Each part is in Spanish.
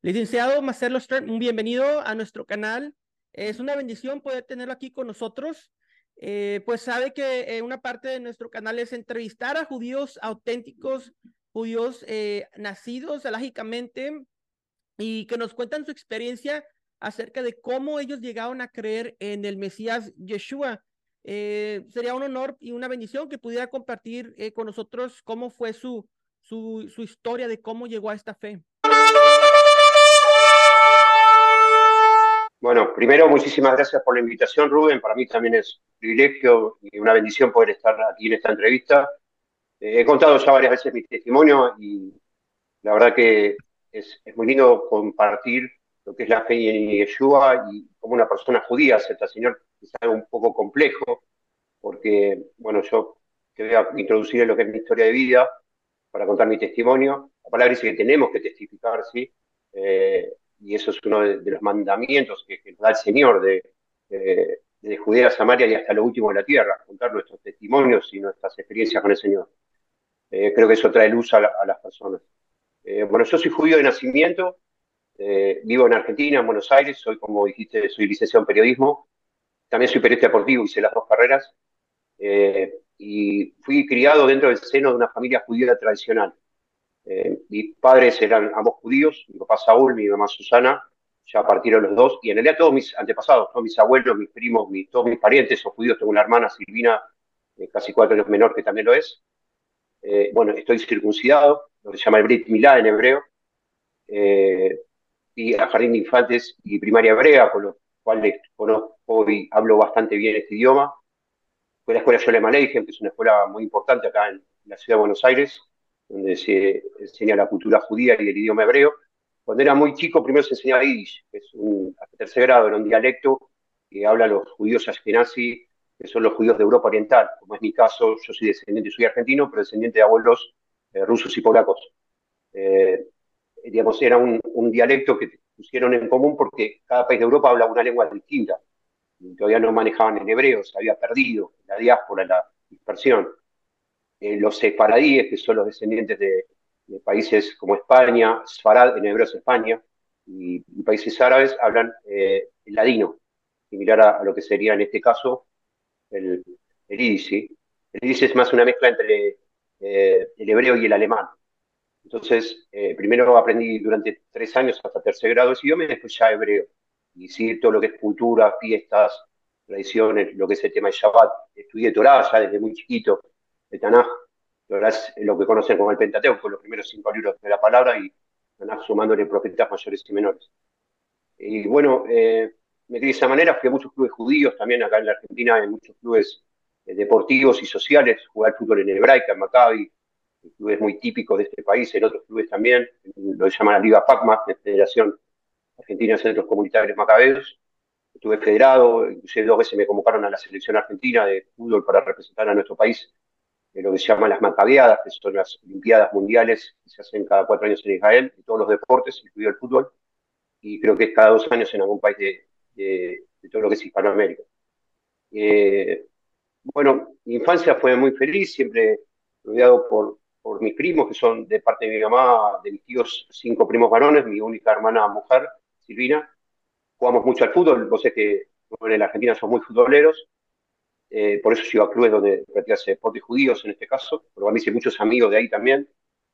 Licenciado Marcelo Stern, un bienvenido a nuestro canal. Es una bendición poder tenerlo aquí con nosotros. Pues sabe que una parte de nuestro canal es entrevistar a judíos auténticos, judíos nacidos alágicamente y que nos cuentan su experiencia acerca de cómo ellos llegaron a creer en el Mesías Yeshua. Sería un honor y una bendición que pudiera compartir con nosotros cómo fue su historia de cómo llegó a esta fe. Bueno, primero, muchísimas gracias por la invitación, Rubén. Para mí también es un privilegio y una bendición poder estar aquí en esta entrevista. He contado ya varias veces mi testimonio y la verdad que es muy lindo compartir lo que es la fe en Yeshua y cómo una persona judía acepta al Señor. Es algo un poco complejo porque, bueno, yo te voy a introducir en lo que es mi historia de vida para contar mi testimonio. La palabra dice que tenemos que testificar, ¿sí? Y eso es uno de los mandamientos que nos da el Señor de Judea a Samaria y hasta lo último de la tierra, contar nuestros testimonios y nuestras experiencias con el Señor. Creo que eso trae luz a las personas. Bueno, yo soy judío de nacimiento, vivo en Argentina, en Buenos Aires, soy, como dijiste, soy licenciado en periodismo, también soy periodista deportivo, hice las dos carreras, y fui criado dentro del seno de una familia judía tradicional. Mis padres eran ambos judíos, mi papá Saúl, mi mamá Susana, ya partieron los dos, y en realidad todos mis antepasados, todos mis abuelos, mis primos, todos mis parientes son judíos. Tengo una hermana, Silvina, casi 4 años menor, que también lo es. Bueno, estoy circuncidado, lo que se llama el Brit Milá en hebreo, eh, y a jardín de infantes y primaria hebrea, con lo cual conozco y hablo bastante bien este idioma. Fue la escuela Sholem Aleichem, que es una escuela muy importante acá en la ciudad de Buenos Aires, donde se enseña la cultura judía y el idioma hebreo. Cuando era muy chico, primero se enseñaba Yiddish, que es hasta tercer grado, era un dialecto que hablan los judíos ashkenazi, que son los judíos de Europa Oriental. Como es mi caso, yo soy descendiente, soy argentino, pero descendiente de abuelos rusos y polacos. Eh, digamos, era un dialecto que pusieron en común porque cada país de Europa habla una lengua distinta. Y todavía no manejaban el hebreo, se había perdido la diáspora, la dispersión. Los sefaradíes, que son los descendientes de países como España, Sfarad, en hebreo es España, y países árabes, hablan el ladino, similar a lo que sería en este caso el, el yiddish, ¿sí? El yiddish es más una mezcla entre el hebreo y el alemán. Entonces, primero aprendí durante 3 años hasta tercer grado ese idioma y después ya hebreo. Y sí, todo lo que es cultura, fiestas, tradiciones, lo que es el tema de Shabbat. Estudié Torah ya desde muy chiquito, el Tanaj. Torah es lo que conocen como el Pentateuco, los primeros 5 libros de la palabra, y Tanaj sumándole profetas mayores y menores. Y bueno, me crié de esa manera, fui a muchos clubes judíos, también acá en la Argentina, en muchos clubes deportivos y sociales, jugué al fútbol en Hebraica, en Maccabi, clubes muy típicos de este país, en otros clubes también, lo que llaman la Liga PACMA, la Federación Argentina de Centros Comunitarios Macabeos. Estuve federado, inclusive 2 veces me convocaron a la selección argentina de fútbol para representar a nuestro país en lo que se llama las Macabeadas, que son las Olimpiadas Mundiales que se hacen cada 4 años en Israel, de todos los deportes, incluido el fútbol, y creo que es cada 2 años en algún país de todo lo que es Hispanoamérica. Eh, bueno, mi infancia fue muy feliz, siempre rodeado por mis primos, que son de parte de mi mamá, de mis tíos, 5 primos varones, mi única hermana mujer, Silvina. Jugamos mucho al fútbol, vos sabés que bueno, en la Argentina son muy futboleros, por eso yo iba a clubes donde practicase deportes judíos en este caso, pero a mí hice muchos amigos de ahí también.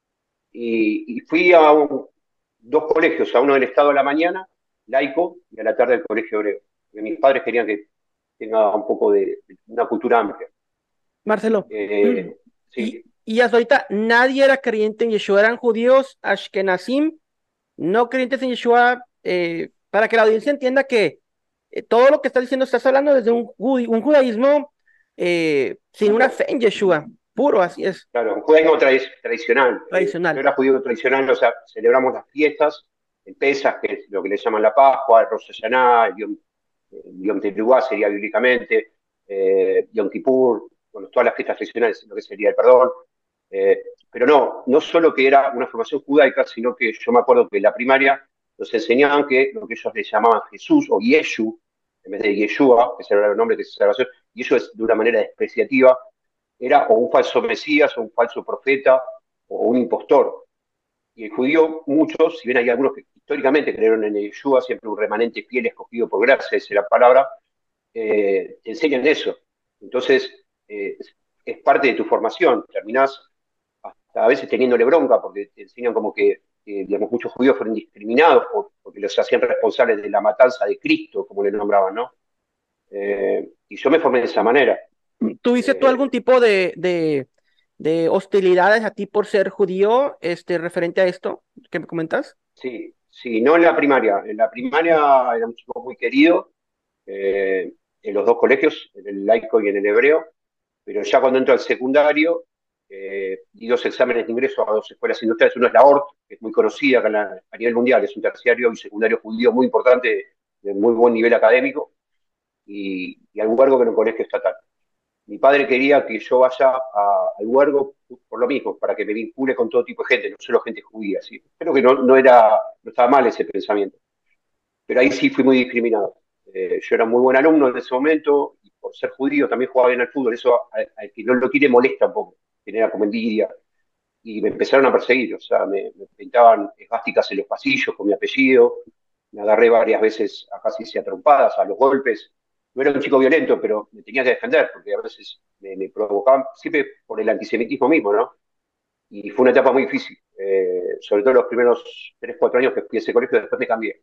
Y fui a 2 colegios, a uno del Estado a la mañana, laico, y a la tarde al colegio hebreo, porque mis padres querían que tenga un poco de una cultura amplia. Marcelo, Eh, y, sí, y hasta ahorita nadie era creyente en Yeshua, eran judíos ashkenazim, no creyentes en Yeshua, para que la audiencia entienda que todo lo que estás diciendo estás hablando desde un judaísmo sin una fe en Yeshua, puro, así es, claro, un judaísmo tradicional. Yo tradicional. era judío tradicional, o sea, celebramos las fiestas, el Pesaj, que es lo que le llaman la Pascua, el Rosh Hashanah, el Yom Teruah sería bíblicamente, Yom Kippur, bueno, todas las fiestas tradicionales, lo que sería el perdón. Pero no solo que era una formación judaica, sino que yo me acuerdo que en la primaria nos enseñaban que lo que ellos le llamaban Jesús o Yeshu, en vez de Yeshua, que ese era el nombre que se salvación, y eso es de una manera despreciativa, era o un falso Mesías, o un falso profeta, o un impostor. Y el judío, muchos, si bien hay algunos que históricamente creyeron en el Yeshua, siempre un remanente fiel escogido por gracia, esa es la palabra, te enseñan eso. Entonces, es parte de tu formación. Terminás hasta a veces teniéndole bronca porque te enseñan como que, digamos, muchos judíos fueron discriminados porque los hacían responsables de la matanza de Cristo, como le nombraban, ¿no? Y yo me formé de esa manera. ¿Tuviste tú Eh, algún tipo de hostilidades a ti por ser judío, referente a esto que me comentas? sí, sí, no en la primaria. En la primaria era un chico muy querido, en los dos colegios, en el laico y en el hebreo, pero ya cuando entro al secundario, di dos exámenes de ingreso a dos escuelas industriales. Uno es la ORT, que es muy conocida acá a nivel mundial, es un terciario y secundario judío muy importante, de muy buen nivel académico, y al Huergo, que era un colegio estatal. Mi padre quería que yo vaya al Huergo por lo mismo, para que me vincule con todo tipo de gente, no solo gente judía. ¿Sí? Creo que no estaba mal ese pensamiento, pero ahí sí fui muy discriminado. Yo era muy buen alumno en ese momento, y por ser judío también jugaba bien al fútbol, eso al que no lo quiere molesta un poco, genera como envidia, y me empezaron a perseguir, o sea, me pintaban esvásticas en los pasillos con mi apellido, me agarré varias veces a casi a trompadas, a los golpes. No era un chico violento, pero me tenía que defender, porque a veces me provocaban, siempre por el antisemitismo mismo, ¿no? Y fue una etapa muy difícil, sobre todo los primeros 3 4 años que fui a ese colegio, después me cambié.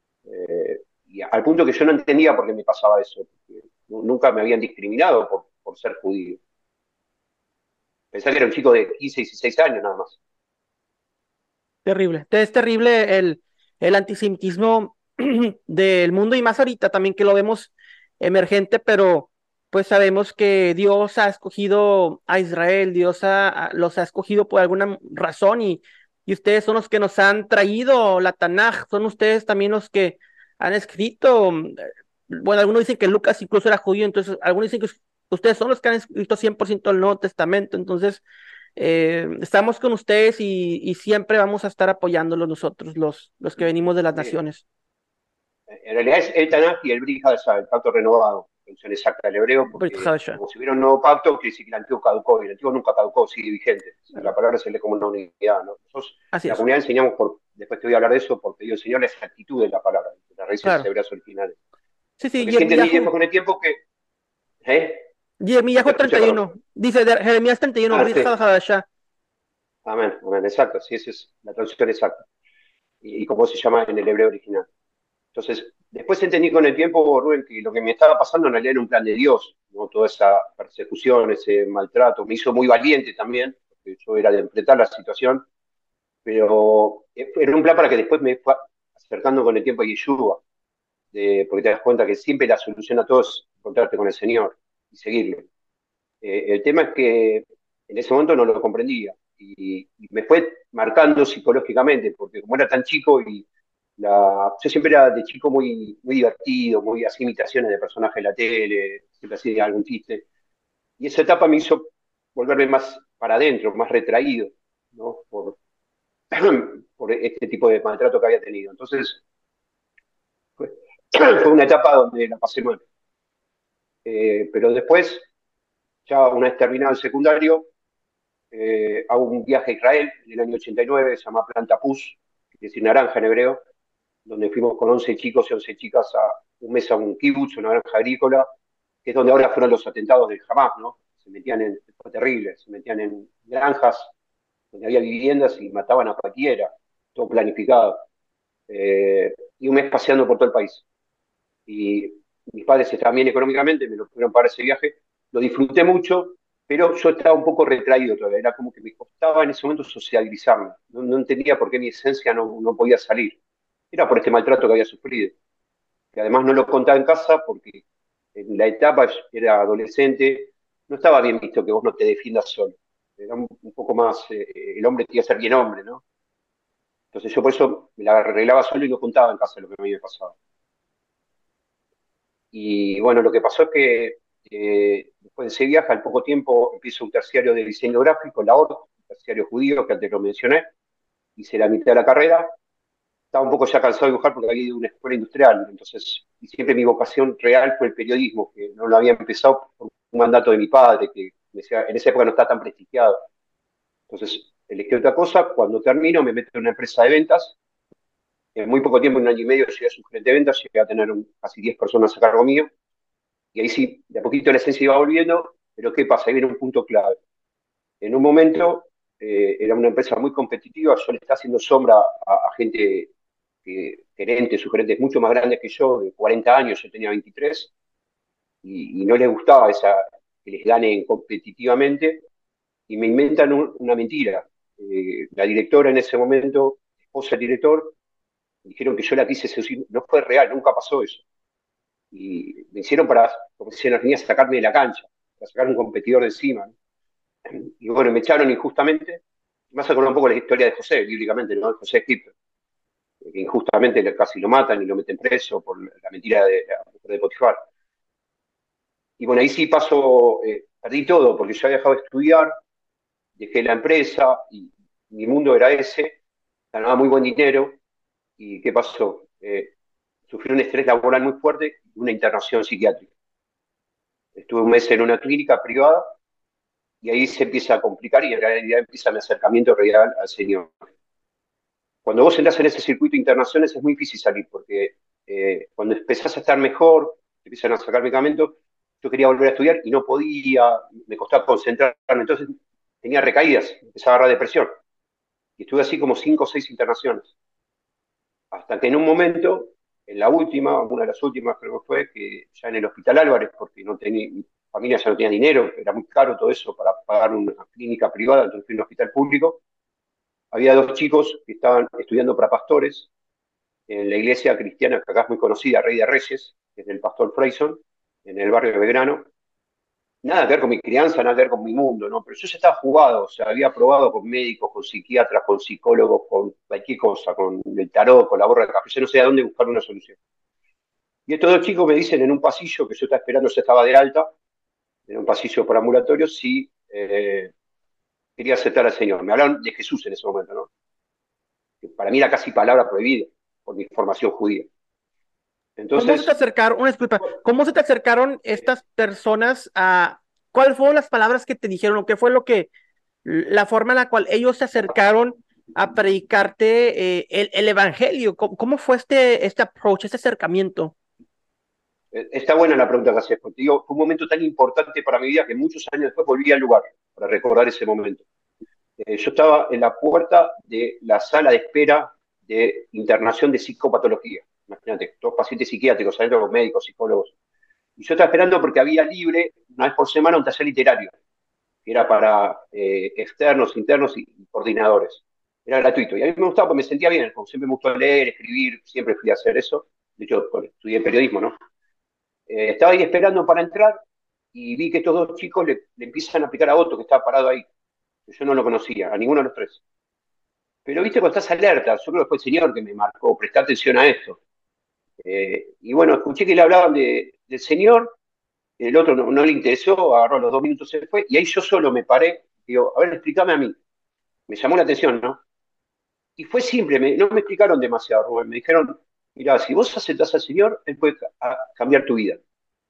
Y al punto que yo no entendía por qué me pasaba eso, porque nunca me habían discriminado por ser judío. Pensé que era un chico de 15 16 años nada más. Terrible. Es terrible el antisemitismo del mundo y más ahorita también que lo vemos emergente, pero pues sabemos que Dios ha escogido a Israel, los ha escogido por alguna razón y ustedes son los que nos han traído la Tanaj, son ustedes también los que han escrito. Bueno, algunos dicen que Lucas incluso era judío, entonces algunos dicen que ustedes son los que han escrito 100% el Nuevo Testamento, entonces estamos con ustedes y siempre vamos a estar apoyándolos nosotros, los que venimos de las Sí. naciones. En realidad es el Tanaj y el Brit Hadashah, el pacto renovado, traducción exacta del hebreo, Brit porque Hadashah. como si hubiera un nuevo pacto, quiere decir que el antiguo caducó, y el antiguo nunca caducó, sigue vigente. Si la palabra se lee como una unidad, ¿no? Nosotros Así en la es, comunidad enseñamos, después te voy a hablar de eso, porque yo enseñar la exactitud de la palabra, de las raíces claro. hebreas originales. Sí, sí, Lo que sí entendí Yirmiyahu, después con el tiempo que, ¿eh? No te Yirmiyahu escuché, treinta y perdón. uno dice Jeremías 31, Ah, Brit sí, Hadashah. amén, amén, exacto, sí, esa es la traducción exacta. Y cómo se llama en el hebreo original. Entonces, después entendí con el tiempo, Rubén, que lo que me estaba pasando en realidad era un plan de Dios, ¿no? Toda esa persecución, ese maltrato, me hizo muy valiente también, porque yo era de enfrentar la situación, pero era un plan para que después me fue acercando con el tiempo a Yeshua, porque te das cuenta que siempre la solución a todo es encontrarte con el Señor y seguirlo. El tema es que en ese momento no lo comprendía y me fue marcando psicológicamente, porque como era tan chico yo siempre era de chico muy, muy divertido, muy hacía imitaciones de personajes de la tele, siempre hacía algún chiste, y esa etapa me hizo volverme más para adentro, más retraído, ¿no? Por este tipo de maltrato que había tenido. Entonces, fue una etapa donde la pasé mal. Pero después, ya una vez terminado el secundario, hago un viaje a Israel en el año 89, se llama Planta Pus, que quiere decir naranja en hebreo, donde fuimos con 11 chicos y 11 chicas un mes a un kibutz, una granja agrícola, que es donde ahora fueron los atentados del Hamas, ¿no? Fue terrible, se metían en granjas donde había viviendas y mataban a cualquiera, todo planificado. Y un mes paseando por todo el país. Y mis padres estaban bien económicamente, me lo pudieron pagar ese viaje, lo disfruté mucho, pero yo estaba un poco retraído todavía, era como que me costaba en ese momento socializarme, no entendía por qué mi esencia no podía salir, era por este maltrato que había sufrido, que además no lo contaba en casa porque en la etapa era adolescente, no estaba bien visto que vos no te defiendas solo, era un poco más, el hombre tenía que ser bien hombre, ¿no? Entonces yo por eso me la arreglaba solo y no contaba en casa lo que me había pasado. Y bueno, lo que pasó es que después de ese viaje, al poco tiempo, empiezo un terciario de diseño gráfico, la ORT, un terciario judío, que antes lo mencioné, hice la mitad de la carrera, estaba un poco ya cansado de dibujar porque había ido a una escuela industrial, entonces, y siempre mi vocación real fue el periodismo, que no lo había empezado por un mandato de mi padre, que me decía, en esa época no estaba tan prestigiado. Entonces, elegí otra cosa. Cuando termino, me meto en una empresa de ventas. En muy poco tiempo, en un año y medio, llegué a su gerente de ventas, llegué a tener casi 10 personas a cargo mío. Y ahí sí, de a poquito la esencia iba volviendo, pero ¿qué pasa? Ahí viene un punto clave. En un momento era una empresa muy competitiva, yo le estaba haciendo sombra a gente, gerentes, sugerentes mucho más grandes que yo, de 40 años, yo tenía 23, y no les gustaba que les ganen competitivamente, y me inventan una mentira. La directora en ese momento, esposa del director, dijeron que yo la quise seducir, no fue real, nunca pasó eso. Y me hicieron para, como se dice en Argentina, sacarme de la cancha, para sacar un competidor de encima, ¿no? Y bueno, me echaron injustamente. Me hace acordar un poco la historia de José, bíblicamente, ¿no? José Egipto, que injustamente casi lo matan y lo meten preso por la mentira de la mujer de Potifar. Y bueno, ahí sí pasó, perdí todo, porque yo había dejado de estudiar, dejé la empresa y mi mundo era ese, ganaba muy buen dinero. ¿Y qué pasó? Sufrí un estrés laboral muy fuerte y una internación psiquiátrica. Estuve un mes en una clínica privada y ahí se empieza a complicar y en realidad empieza mi acercamiento real al Señor. Cuando vos entras en ese circuito de internaciones es muy difícil salir, porque cuando empezás a estar mejor, te empiezan a sacar medicamentos, yo quería volver a estudiar y no podía, me costaba concentrarme, entonces tenía recaídas, empezaba a agarrar depresión. Y estuve así como 5 o 6 internaciones. Hasta que en un momento, en la última, una de las últimas creo que fue, que ya en el Hospital Álvarez, porque no tenía, mi familia ya no tenía dinero, era muy caro todo eso para pagar una clínica privada, entonces fui a un hospital público. Había 2 chicos que estaban estudiando para pastores en la iglesia cristiana que acá es muy conocida, Rey de Reyes, que es del pastor Freyson, en el barrio de Belgrano. Nada que ver con mi crianza, nada que ver con mi mundo, ¿no? Pero yo ya estaba jugado, o sea, había probado con médicos, con psiquiatras, con psicólogos, con cualquier cosa, con el tarot, con la borra de café, yo no sé a dónde buscar una solución. Y estos 2 chicos me dicen en un pasillo que yo estaba esperando, yo estaba de alta, en un pasillo por ambulatorio, si quería aceptar al Señor. Me hablaron de Jesús en ese momento, ¿no? Que para mí era casi palabra prohibida por mi formación judía. ¿Cómo se te Entonces, acercaron, una disculpa, cómo se te acercaron estas personas a, cuáles fueron las palabras que te dijeron o qué fue lo que, la forma en la cual ellos se acercaron a predicarte el evangelio? ¿Cómo fue este approach, este acercamiento? está buena la pregunta que haces, porque digo, fue un momento tan importante para mi vida que muchos años después volví al lugar para recordar ese momento. Yo estaba en la puerta de la sala de espera de internación de psicopatología. Imagínate, todos pacientes psiquiátricos, adentro con médicos, psicólogos. Y yo estaba esperando porque había libre, una vez por semana, un taller literario, que era para externos, internos y coordinadores. Era gratuito. Y a mí me gustaba porque me sentía bien, como siempre me gustó leer, escribir, siempre fui a hacer eso. De hecho, bueno, estudié periodismo, ¿no? Estaba ahí esperando para entrar y vi que estos 2 chicos le empiezan a aplicar a otro que estaba parado ahí. Yo no lo conocía, a ninguno de los 3. Pero viste, cuando estás alerta, yo creo que fue el señor que me marcó, prestar atención a esto. Y bueno, escuché que le hablaban del señor, el otro no le interesó, agarró los 2 minutos, se fue, y ahí yo solo me paré, digo, a ver, explícame a mí. Me llamó la atención, ¿no? Y fue simple, no me explicaron demasiado, Rubén, me dijeron, mira, si vos aceptás al señor, él puede cambiar tu vida.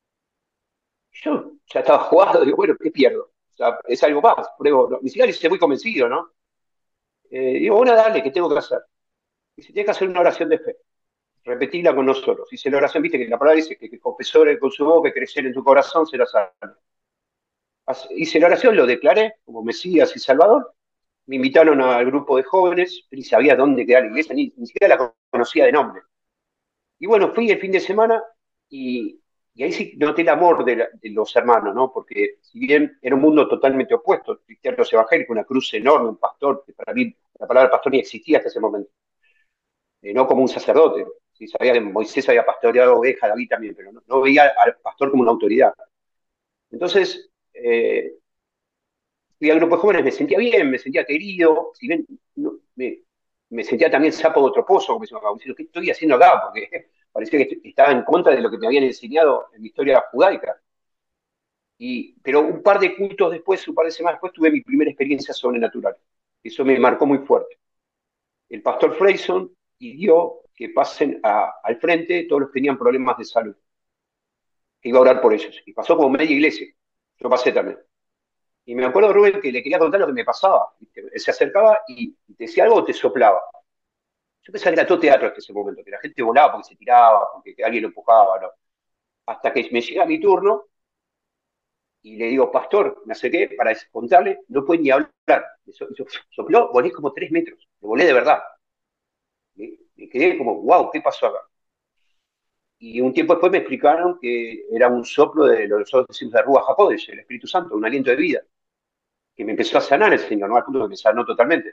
Yo ya estaba jugado, digo, bueno, ¿qué pierdo? O sea, es algo más, pruebo, no, ni siquiera estoy muy convencido, ¿no? Digo, bueno, dale, ¿qué tengo que hacer? Y se tiene que hacer una oración de fe, repetirla con nosotros. Dice la oración, viste que la palabra dice que confesó con su boca, que crecer en tu corazón será salvo. Hice la oración, lo declaré como Mesías y Salvador. Me invitaron al grupo de jóvenes, ni sabía dónde quedaba la iglesia, ni siquiera la conocía de nombre. Y bueno, fui el fin de semana y ahí sí noté el amor de los hermanos, ¿no? Porque si bien era un mundo totalmente opuesto, cristianos evangélicos, una cruz enorme, un pastor, que para mí la palabra pastor ni existía hasta ese momento, no como un sacerdote. Sí, sabía que Moisés había pastoreado ovejas, David también, pero no veía al pastor como una autoridad. Entonces, fui al grupo de jóvenes, me sentía bien, me sentía querido, si bien me sentía también sapo de otro pozo, como diciendo, ¿qué estoy haciendo acá? Porque parecía que estaba en contra de lo que me habían enseñado en mi historia judaica. Pero un par de cultos después, un par de semanas después, tuve mi primera experiencia sobrenatural. Eso me marcó muy fuerte. El pastor Freyson pidió que pasen al frente todos los que tenían problemas de salud, que iba a orar por ellos. Y pasó como media iglesia. Yo pasé también. Y me acuerdo, Rubén, que le quería contar lo que me pasaba. ¿Viste? Se acercaba y te decía algo o te soplaba. Yo pensaba que era todo teatro hasta ese momento, que la gente volaba porque se tiraba, porque alguien lo empujaba, ¿no? Hasta que me llega mi turno y le digo, pastor, me acerqué para contarle, no puede ni hablar. Sopló, volé como 3 metros, lo volé de verdad. Me quedé como, wow, ¿qué pasó acá? Y un tiempo después me explicaron que era un soplo de lo que nosotros decimos de Ruach HaKodesh, el Espíritu Santo, un aliento de vida, que me empezó a sanar el Señor, ¿no? Al punto que me sanó totalmente.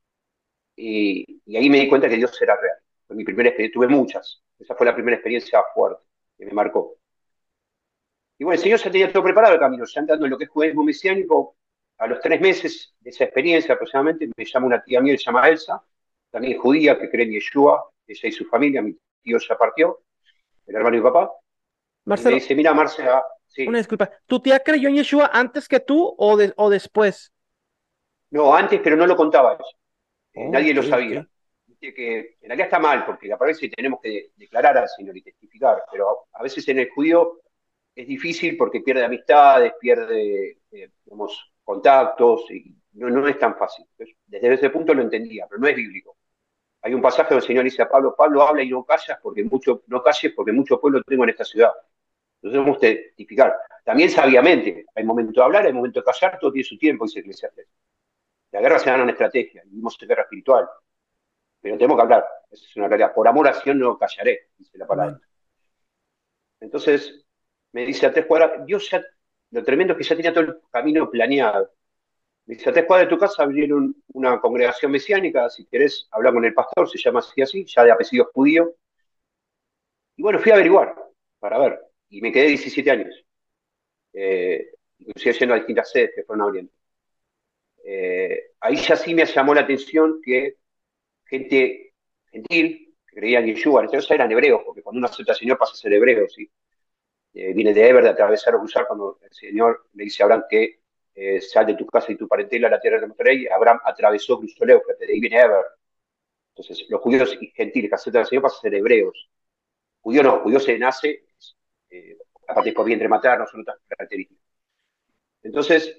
Y ahí me di cuenta que Dios era real. Fue mi primera experiencia, tuve muchas. Esa fue la primera experiencia fuerte que me marcó. Y bueno, el Señor ya tenía todo preparado el camino, ya andando en lo que es judaísmo mesiánico. A los 3 meses de esa experiencia aproximadamente, me llama una tía mía, se llama Elsa, también judía, que cree en Yeshua, ella y su familia, mi tío ya partió, el hermano y mi papá, y me Marcelo, dice, mira, Marcia, una sí, disculpa. ¿Tu tía creyó en Yeshua antes que tú o después? no, antes, pero no lo contaba ella. Oh, Nadie ok, lo ok. sabía. Dice que en realidad está mal, porque aparece y tenemos que declarar al Señor y testificar, pero a veces en el judío es difícil porque pierde amistades, pierde, digamos, contactos, y no es tan fácil. Entonces, desde ese punto lo entendía, pero no es bíblico. Hay un pasaje donde el Señor dice a Pablo, Pablo, habla y no calles porque no calles porque mucho pueblo tengo en esta ciudad. Entonces debemos testificar. También sabiamente, hay momento de hablar, hay momento de callar, todo tiene su tiempo, dice Eclesiastes. La guerra se gana en estrategia, vivimos en guerra espiritual, pero tenemos que hablar, esa es una realidad. Por amor a Sion no callaré, dice la palabra. Amén. Entonces, me dice a 3 cuadras, Dios ya, lo tremendo es que ya tenía todo el camino planeado. Me dice, a 3 cuadras de tu casa abrieron una congregación mesiánica, si querés hablar con el pastor, se llama así, ya de apellido judío. Y bueno, fui a averiguar, para ver, y me quedé 17 años, inclusive yendo a distintas sedes que fueron abriendo. Ahí ya sí me llamó la atención que gente gentil, que creía en Yeshua, entonces eran hebreos, porque cuando uno acepta al Señor pasa a ser hebreo, ¿sí? Viene de Eber, de atravesar o cruzar, cuando el Señor le dice a Abraham que sal de tu casa y tu parentela a la tierra que te mostraré, y Abraham atravesó, cruzó el Éufrates, de ahí viene Eber. Entonces, los judíos y gentiles que aceptan al Señor pasan a ser hebreos. Judío no, judío se nace, eh, aparte es por vientre materno, son otras características. Entonces,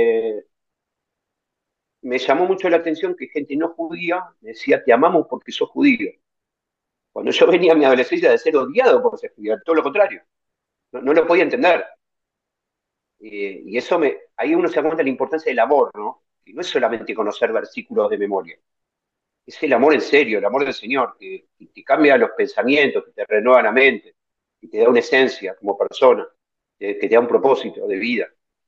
me llamó mucho la atención que gente no judía me decía, te amamos porque sos judío. Cuando yo venía a mi adolescencia de ser odiado por ser judío, todo lo contrario. No lo podía entender. Y eso ahí uno se da cuenta de la importancia del amor, ¿no? Y no es solamente conocer versículos de memoria, es el amor en serio, el amor del Señor, que te cambia los pensamientos, que te renueva la mente, que te da una esencia como persona, que te da un propósito de vida.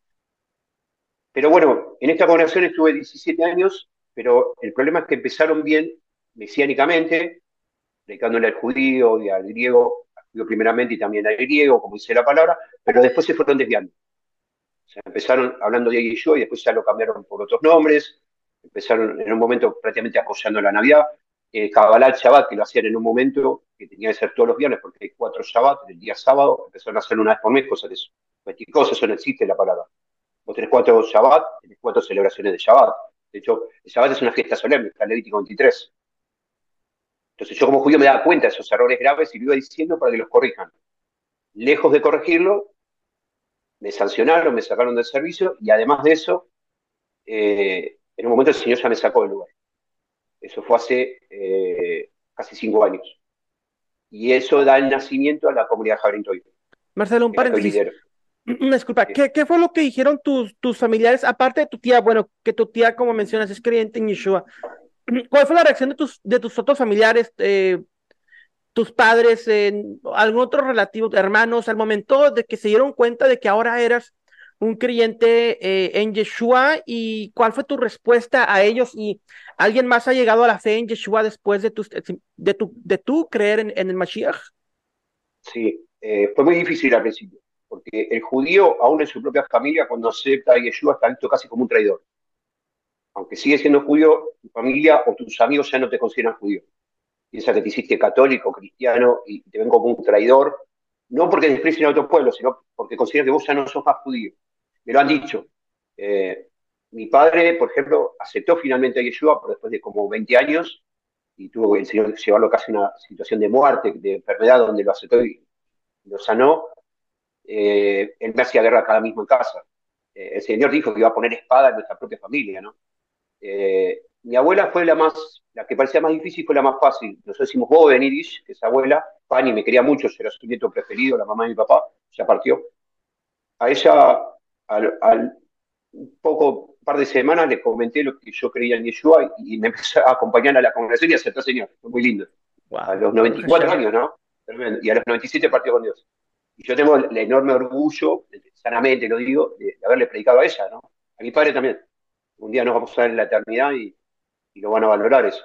Pero bueno, en esta congregación estuve 17 años, pero el problema es que empezaron bien mesiánicamente, predicándole al judío y al judío primeramente y también al griego, como dice la palabra, pero después se fueron desviando. O sea, empezaron hablando de Yeshua y después ya lo cambiaron por otros nombres, empezaron en un momento prácticamente apoyando la Navidad, Kabbalah Shabbat, que lo hacían en un momento que tenía que ser todos los viernes, porque hay 4 Shabbat, el día sábado, empezaron a hacer una vez por mes, cosas de eso. Cualquier cosa, eso no existe la palabra. Vos tenés 4 Shabbat, tenés 4 celebraciones de Shabbat. De hecho, el Shabbat es una fiesta solemne, está en Levítico 23. Entonces yo como judío me daba cuenta de esos errores graves y lo iba diciendo para que los corrijan. Lejos de corregirlo, me sancionaron, me sacaron del servicio y además de eso, en un momento el Señor ya me sacó del lugar. Eso fue hace casi 5 años. Y eso da el nacimiento a la comunidad Jabrintoy, Marcelo, un que la que hoy paréntesis. lidero. Una disculpa, Sí. ¿qué fue lo que dijeron tus familiares, aparte de tu tía? Bueno, que tu tía, como mencionas, es creyente en Yeshua. ¿Cuál fue la reacción de tus otros familiares, tus padres, algún otro relativo, hermanos, al momento de que se dieron cuenta de que ahora eras un creyente en Yeshua? ¿Y cuál fue tu respuesta a ellos? ¿Y alguien más ha llegado a la fe en Yeshua después de tu creer en el Mashiach? Sí, fue muy difícil al principio, porque el judío, aún en su propia familia, cuando acepta a Yeshua, está visto casi como un traidor. Aunque sigue siendo judío, tu familia o tus amigos ya no te consideran judío. Piensa que te hiciste católico, cristiano, y te ven como un traidor, no porque desprecien a otro pueblo, sino porque consideran que vos ya no sos más judío. Me lo han dicho. Eh, Mi padre, por ejemplo, aceptó finalmente a Yeshua después de como 20 años y tuvo el Señor que llevarlo casi a una situación de muerte, de enfermedad, donde lo aceptó y lo sanó. Él me hacía guerra cada mismo en casa. El Señor dijo que iba a poner espada en nuestra propia familia, ¿no? Mi abuela fue la que parecía más difícil, fue la más fácil. Nosotros decimos Boven Irish, que es abuela. Pani me quería mucho, era su nieto preferido, la mamá de mi papá, ya partió. A ella, al un par de semanas, le comenté lo que yo creía en Yeshua y me empezó a acompañar a la congregación y aceptó al Señor. Fue muy lindo. A Wow, los Baruch 94 Hashem. años, ¿no? Tremendo. Y a los 97 partió con Dios. Y yo tengo el enorme orgullo, sanamente lo digo, de haberle predicado a ella, ¿no? A mi padre también. Un día nos vamos a ver en la eternidad y lo van a valorar eso.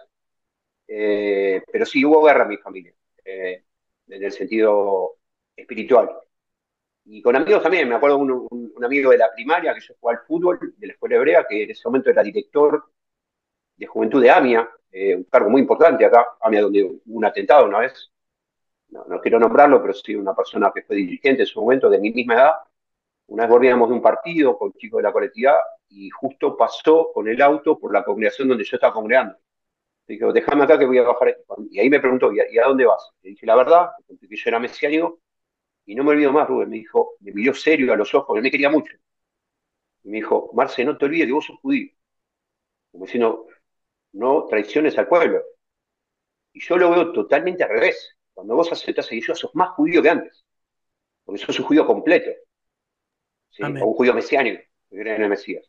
Pero sí, hubo guerra en mi familia, en el sentido espiritual. Y con amigos también, me acuerdo un amigo de la primaria que yo jugaba al fútbol, de la escuela hebrea, que en ese momento era director de juventud de AMIA, un cargo muy importante acá, AMIA donde hubo un atentado una vez, no quiero nombrarlo, pero sí una persona que fue dirigente en su momento, de mi misma edad. Una vez volvíamos de un partido con chicos de la colectividad y justo pasó con el auto por la congregación donde yo estaba congregando. Dijo, déjame acá que voy a bajar. Y ahí me preguntó, ¿y a dónde vas? Le dije la verdad, que yo era mesiánico, y no me olvido más, Rubén. Me dijo, me miró serio a los ojos, él me quería mucho. Y me dijo, Marce, no te olvides que vos sos judío. Como diciendo, no traiciones al pueblo. Y yo lo veo totalmente al revés. Cuando vos aceptás a Yeshua, sos más judío que antes, porque sos un judío completo, ¿sí? O Amén. un judío mesiánico, que cree en el Mesías.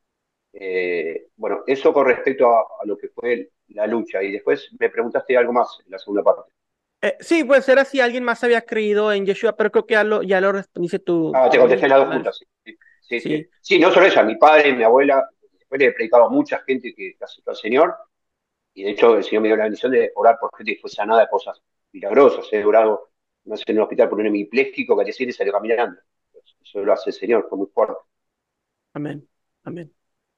Bueno, eso con respecto a lo que fue la lucha. Y después me preguntaste algo más en la segunda parte. Sí, pues era si alguien más había creído en Yeshua, pero creo que ya lo respondiste Ah, te tú contesté en mismo. las dos Claro. juntas. Sí, sí, sí. Sí, Sí, no solo ella, mi padre, mi abuela, después le he predicado a mucha gente que aceptó al Señor, y de hecho el Señor me dio la bendición de orar por gente que fue sanada de cosas milagrosas. He orado, no sé, en un hospital por un hemipléjico que al día siguiente salió caminando. Eso lo hace el Señor, fue muy fuerte. amén, amén.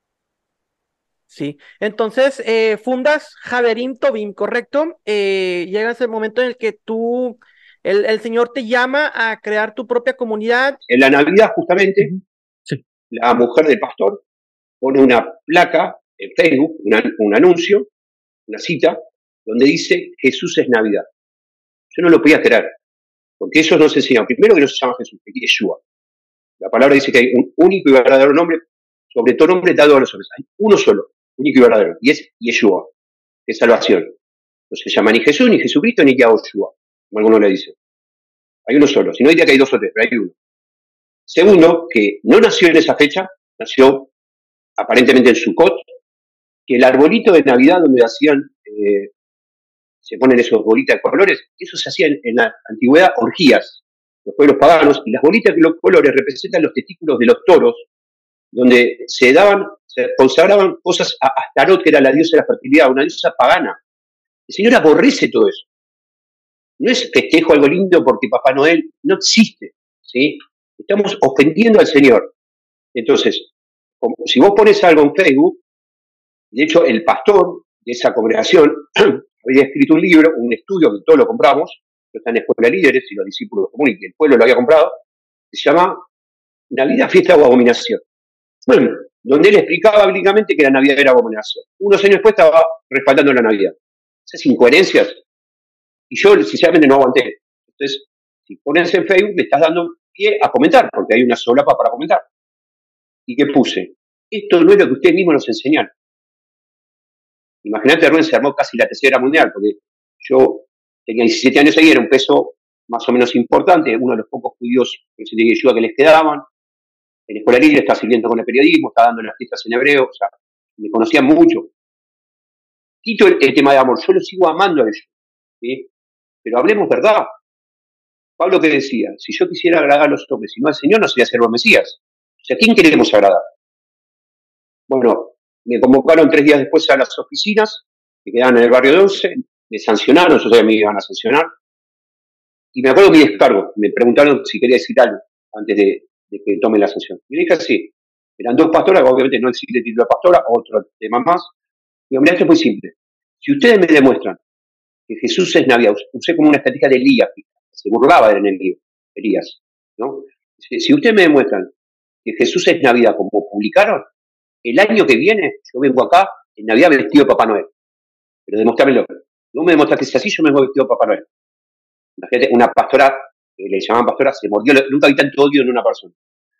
Sí. Entonces, fundas Javerim Tobim, ¿correcto? Llegas el momento en el que el Señor te llama a crear tu propia comunidad. En la Navidad, justamente, Ujú. Sí. la mujer del pastor pone una placa en Facebook, un anuncio, una cita, donde dice Jesús es Navidad. Yo no lo podía creer, porque ellos nos enseñan, primero que no se llama Jesús, que es Yeshua. La palabra dice que hay un único y verdadero nombre, sobre todo nombre dado a los hombres. Hay uno solo, único y verdadero, y es Yeshua, que es salvación. No se llama ni Jesús, ni Jesucristo, ni Yahushua, como algunos le dicen. Hay uno solo, si no diría que hay dos o tres, pero hay uno. Segundo, que no nació en esa fecha, nació aparentemente en Sukkot, que el arbolito de Navidad donde hacían, se ponen esos bolitas de colores, eso se hacía en la antigüedad orgías, los pueblos paganos, y las bolitas de los colores representan los testículos de los toros, donde se consagraban cosas a Astarot, que era la diosa de la fertilidad, una diosa pagana. El Señor aborrece todo eso. No es festejo algo lindo porque Papá Noel no existe, ¿sí? Estamos ofendiendo al Señor. Entonces, si vos pones algo en Facebook, de hecho, el pastor de esa congregación había escrito un libro, un estudio que todos lo compramos, que está en Escuela de Líderes y los discípulos comunes, que el pueblo lo había comprado, se llama Navidad, Fiesta o Abominación. Bueno, donde él explicaba bíblicamente que la Navidad era abominación. Unos años después estaba respaldando la Navidad. Esas incoherencias, y yo sinceramente no aguanté. Entonces, si pones en Facebook, le estás dando pie a comentar, porque hay una solapa para comentar. ¿Y qué puse? Esto no es lo que ustedes mismos nos enseñaron. Imagínate, Rubén se armó casi la tercera mundial, porque yo tenía 17 años ahí, era un peso más o menos importante, uno de los pocos judíos que se tenía ayuda que les quedaban. En la escuela libre está sirviendo con el periodismo, está dando las fiestas en hebreo, o sea, me conocían mucho. Quito el tema de amor, yo lo sigo amando a ellos, ¿sí? Pero hablemos verdad. Pablo que decía, si yo quisiera agradar a los hombres y no al Señor, no sería servo Mesías. O sea, ¿a quién queremos agradar? Bueno, me convocaron 3 días después a las oficinas, que quedaban en el barrio de Once, me sancionaron, yo sabía que me iban a sancionar, y me acuerdo de mi descargo, me preguntaron si quería decir algo antes de que tome la sanción. Y le dije así, eran 2 pastoras, obviamente no existe título de pastora, otro tema más. Digo, mira, esto es muy simple. Si ustedes me demuestran que Jesús es Navidad, usé como una estrategia de Elías, se burlaba en el libro, Elías, ¿no? Si ustedes me demuestran que Jesús es Navidad, como publicaron, el año que viene yo vengo acá en Navidad vestido de Papá Noel. Pero demostrámelo. No me demuestras que es así, yo me vengo vestido de Papá Noel. Imagínate, una pastora, que le llamaban pastora, se mordió, nunca vi tanto odio en una persona.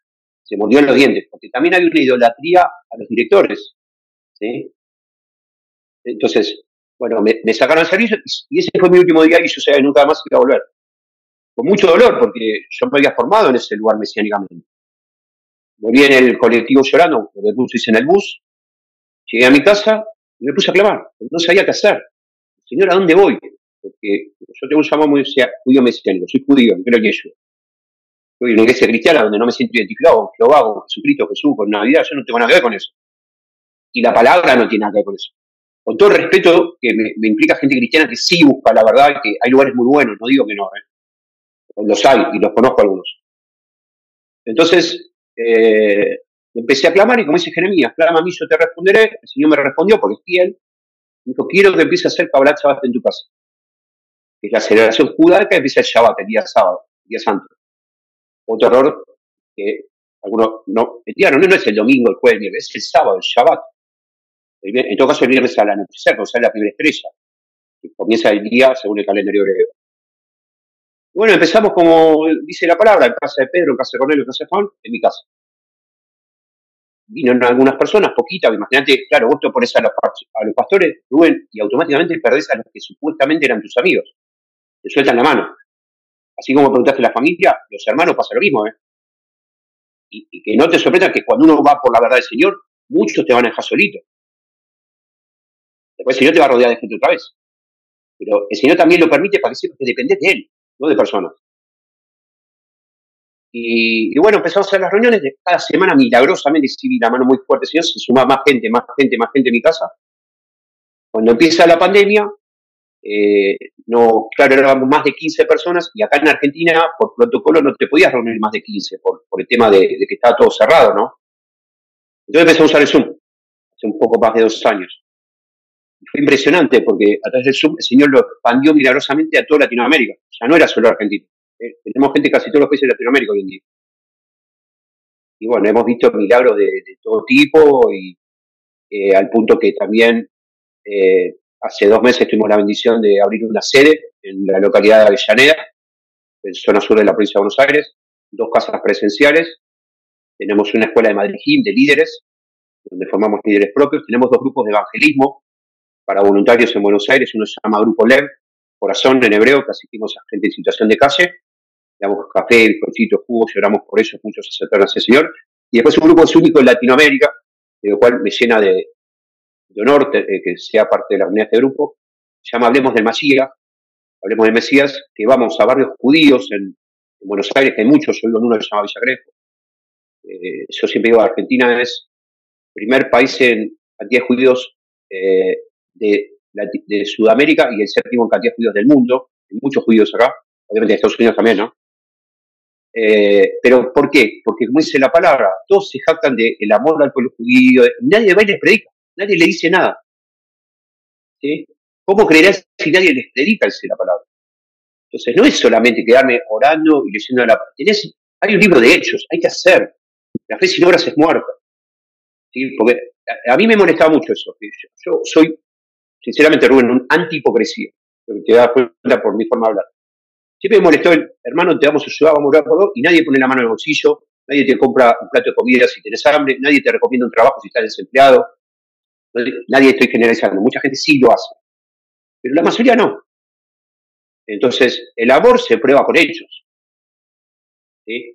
se mordió los dientes, porque también hay una idolatría a los directores, ¿sí? Entonces, bueno, me sacaron al servicio y ese fue mi último día y yo sabía que nunca más iba a volver. Con mucho dolor, porque yo me había formado en ese lugar mesiánicamente. Volví en el colectivo llorando, el bus hice en el bus, llegué a mi casa y me puse a clamar, porque no sabía qué hacer. Señor, ¿a dónde voy? Porque yo tengo un llamado muy judío mesiánico, soy judío, no creo que yo. Soy una iglesia cristiana donde no me siento identificado con Jehová, con Jesucristo, Jesús, con Navidad, yo no tengo nada que ver con eso. Y la palabra no tiene nada que ver con eso. Con todo el respeto que me implica gente cristiana que sí busca la verdad y que hay lugares muy buenos, no digo que no, los hay y los conozco algunos. Entonces, empecé a clamar y como dice Jeremías, clama a mí, yo te responderé. El Señor me respondió porque es fiel. Me dijo, quiero que empieces a hacer Kabbalat Shabbat en tu casa. Que es la celebración judaica que empieza el Shabbat, el día sábado, el día santo. Otro error que algunos no entienden, no es el domingo, el jueves, es el sábado, el Shabbat. En todo caso, el viernes al anochecer, cuando sale la primera estrella, que comienza el día según el calendario hebreo. Bueno, empezamos como dice la palabra, en casa de Pedro, en casa de Cornelio, en casa de Juan, en mi casa. Vinieron algunas personas, poquitas, imagínate, claro, vos te pones a los pastores, Rubén, y automáticamente perdés a los que supuestamente eran tus amigos. Te sueltan la mano. Así como preguntaste a la familia, los hermanos pasa lo mismo, Y que no te sorprenda que cuando uno va por la verdad del Señor, muchos te van a dejar solito. Después el Señor te va a rodear de gente otra vez. Pero el Señor también lo permite para que sepas que dependés de Él, no de personas. Y bueno, empezamos a hacer las reuniones de cada semana, milagrosamente, sí vi la mano muy fuerte, Señor, se suma más gente en mi casa. Cuando empieza la pandemia, claro, éramos más de 15 personas y acá en Argentina, por protocolo, no te podías reunir más de 15 por el tema de que estaba todo cerrado, ¿no? Entonces empecé a usar el Zoom, hace un poco más de 2 años. Y fue impresionante porque a través del Zoom el Señor lo expandió milagrosamente a toda Latinoamérica. Ya no era solo Argentina. Tenemos gente de casi todos los países de Latinoamérica hoy en día. Y bueno, hemos visto milagros de todo tipo y al punto que también hace 2 meses tuvimos la bendición de abrir una sede en la localidad de Avellaneda, en zona sur de la provincia de Buenos Aires, 2 casas presenciales. Tenemos una escuela de Madrid de líderes, donde formamos líderes propios. Tenemos 2 grupos de evangelismo para voluntarios en Buenos Aires. Uno se llama Grupo Lev, Corazón en hebreo, que asistimos a gente en situación de calle. Damos café, bizcochitos, jugos, lloramos por eso, muchos se acercan hacia el Señor. Y después un grupo es único en Latinoamérica, de lo cual me llena de honor que sea parte de la comunidad de este grupo. Se llama Hablemos del Mesías, que vamos a barrios judíos en Buenos Aires, que hay muchos, yo vivo en uno que se llama Villa Crespo. Yo siempre digo, Argentina es el primer país en cantidad de judíos de Sudamérica y el 7º en cantidad de judíos del mundo. Hay muchos judíos acá, obviamente en Estados Unidos también, ¿no? Pero ¿por qué? Porque como dice la palabra, todos se jactan del amor al pueblo judío, nadie va y les predica, nadie le dice nada. ¿Sí? ¿Cómo creerás si nadie les predica, dice la palabra? Entonces no es solamente quedarme orando y leyendo la palabra. Hay un libro de hechos, hay que hacer. La fe sin obras es muerta. ¿Sí? Porque a mí me molestaba mucho eso. Yo soy, sinceramente, Rubén, un anti-hipocresía. Lo que te das cuenta por mi forma de hablar. Siempre me molestó el, hermano, te vamos a ayudar, vamos a orar por vos, y nadie pone la mano en el bolsillo, nadie te compra un plato de comida si tenés hambre, nadie te recomienda un trabajo si estás desempleado, nadie estoy generalizando, mucha gente sí lo hace, pero la mayoría no. Entonces, el amor se prueba con hechos. ¿Sí?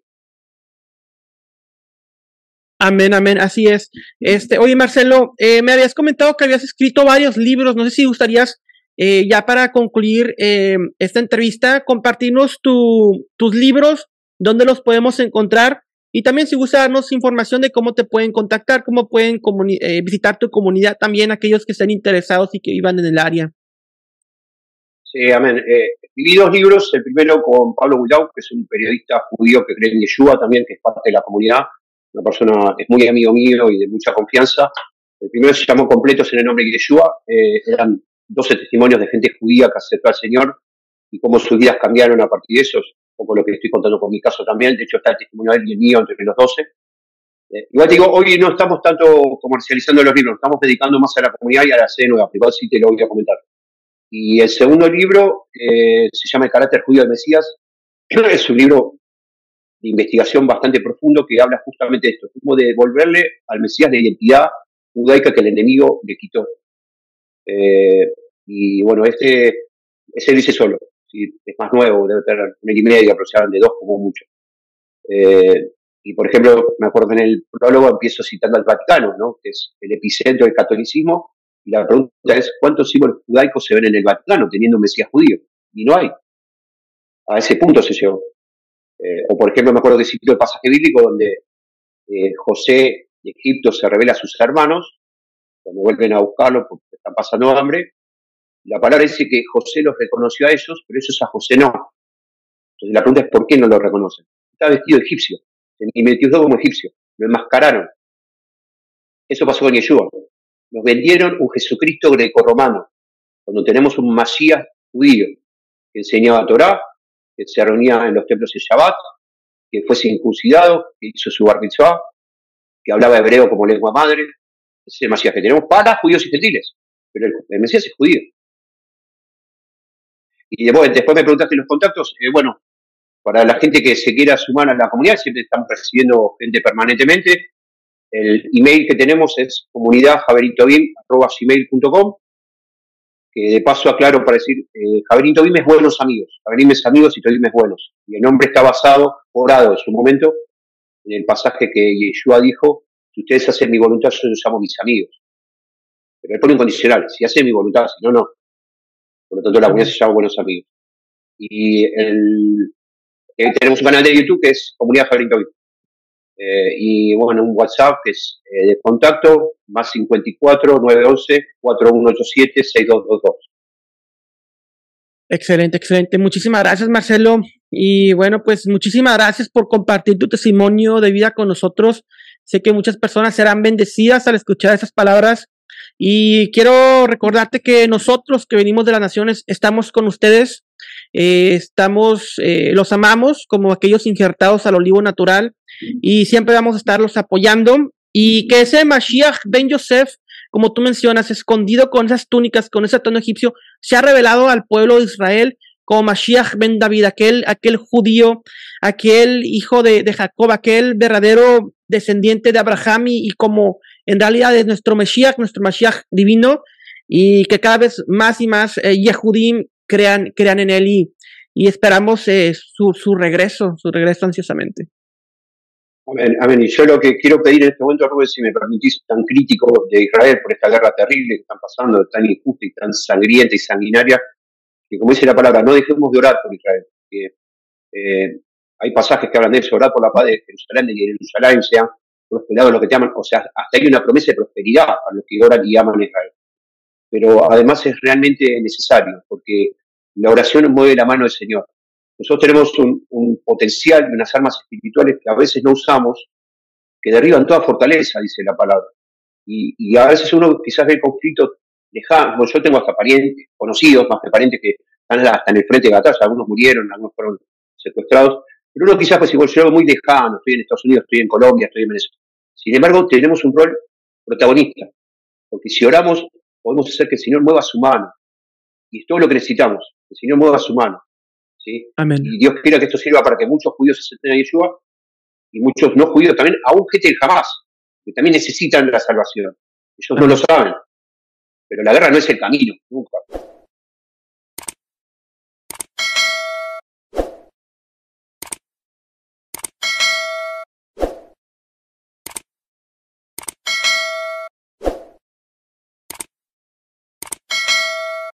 Amén, amén, así es. Oye, Marcelo, me habías comentado que habías escrito varios libros, no sé si gustarías ya para concluir esta entrevista, compartirnos tus libros, dónde los podemos encontrar y también si gusta darnos información de cómo te pueden contactar, cómo pueden visitar tu comunidad también, aquellos que estén interesados y que vivan en el área. Sí, amén. Escribí 2 libros, el primero con Pablo Bulau, que es un periodista judío que cree en Yeshua también, que es parte de la comunidad, una persona, es muy amigo mío y de mucha confianza. El primero se llamó Completos en el nombre de Yeshua, eran 12 testimonios de gente judía que aceptó al Señor y cómo sus vidas cambiaron a partir de eso, un poco lo que estoy contando con mi caso también, de hecho está el testimonio de él y el mío entre los 12. Igual te digo, hoy no estamos tanto comercializando los libros, estamos dedicando más a la comunidad y a la sede nueva, igual sí te lo voy a comentar. Y el segundo libro se llama El carácter judío del Mesías, es un libro investigación bastante profundo que habla justamente de esto, como de devolverle al Mesías la identidad judaica que el enemigo le quitó. Y bueno, ese dice solo, ¿sí? Es más nuevo, debe tener 1 hora y media, aproximadamente 2 como mucho. Y por ejemplo, me acuerdo que en el prólogo empiezo citando al Vaticano, ¿no? Que es el epicentro del catolicismo, y la pregunta es, ¿cuántos símbolos judaicos se ven en el Vaticano teniendo un Mesías judío? Y no hay. A ese punto se llegó. O por ejemplo, me acuerdo que cito el pasaje bíblico donde José de Egipto se revela a sus hermanos, cuando vuelven a buscarlo porque están pasando hambre. La palabra dice que José los reconoció a ellos, pero ellos a José no. Entonces la pregunta es, ¿por qué no lo reconocen? Está vestido de egipcio, y metió como egipcio, lo enmascararon. Eso pasó con Yeshua. Nos vendieron un Jesucristo grecorromano, cuando tenemos un Masías judío, que enseñaba Torá, que se reunía en los templos de Shabbat, que fue circuncidado, que hizo su bar mitzvah, que hablaba hebreo como lengua madre. Ese es el Masías que tenemos para judíos y gentiles, pero el Mesías es judío. Y después me preguntaste los contactos. Bueno, para la gente que se quiera sumar a la comunidad, siempre estamos recibiendo gente permanentemente. El email que tenemos es comunidadjaverintovim@gmail.com, que de paso aclaro para decir, Javerintovim es buenos amigos, Javerim es amigos y Tovim es buenos. Y el nombre está basado, orado en su momento, en el pasaje que Yeshua dijo, si ustedes hacen mi voluntad, yo los llamo mis amigos. Pero él pone incondicional, si hacen mi voluntad, si no, no. Por lo tanto, la comunidad se llama Buenos Amigos. Y tenemos un canal de YouTube que es Comunidad Javerintovim. Y bueno, un WhatsApp que es de contacto, más 54 911 4187 6222. Excelente, excelente. Muchísimas gracias, Marcelo. Y bueno, pues muchísimas gracias por compartir tu testimonio de vida con nosotros. Sé que muchas personas serán bendecidas al escuchar esas palabras. Y quiero recordarte que nosotros que venimos de las naciones estamos con ustedes. Los amamos como aquellos injertados al olivo natural y siempre vamos a estarlos apoyando. Y que ese Mashiach Ben Yosef, como tú mencionas, escondido con esas túnicas, con ese atuendo egipcio, se ha revelado al pueblo de Israel como Mashiach Ben David, aquel judío, aquel hijo de Jacob, aquel verdadero descendiente de Abraham y como en realidad es nuestro Mashiach divino, y que cada vez más y más Yehudim crean en él y esperamos su regreso ansiosamente. Amén, amén. Y yo lo que quiero pedir en este momento, Rubén, si me permitís, tan crítico de Israel por esta guerra terrible que están pasando, tan injusta y tan sangrienta y sanguinaria, que como dice la palabra, no dejemos de orar por Israel. Que, hay pasajes que hablan de eso, orar por la paz de Jerusalén y de Jerusalén, sean prosperados los que te aman. O sea, hasta hay una promesa de prosperidad a los que oran y aman a Israel. Pero además es realmente necesario, porque la oración mueve la mano del Señor. Nosotros tenemos un potencial y unas armas espirituales que a veces no usamos, que derriban toda fortaleza, dice la palabra. Y a veces uno quizás ve conflictos lejanos. Yo tengo hasta parientes, conocidos, más que parientes que están hasta en el frente de batalla. Algunos murieron, algunos fueron secuestrados. Pero uno quizás pues igual yo muy lejano, estoy en Estados Unidos, estoy en Colombia, estoy en Venezuela. Sin embargo, tenemos un rol protagonista. Porque si oramos, podemos hacer que el Señor mueva su mano. Y es todo lo que necesitamos, que el Señor mueva su mano. ¿Sí? Amén. Y Dios quiera que esto sirva para que muchos judíos se acerquen a Yeshua y muchos no judíos también, aún gente del Hamas, que también necesitan la salvación. Ellos no lo saben, pero la guerra no es el camino, nunca.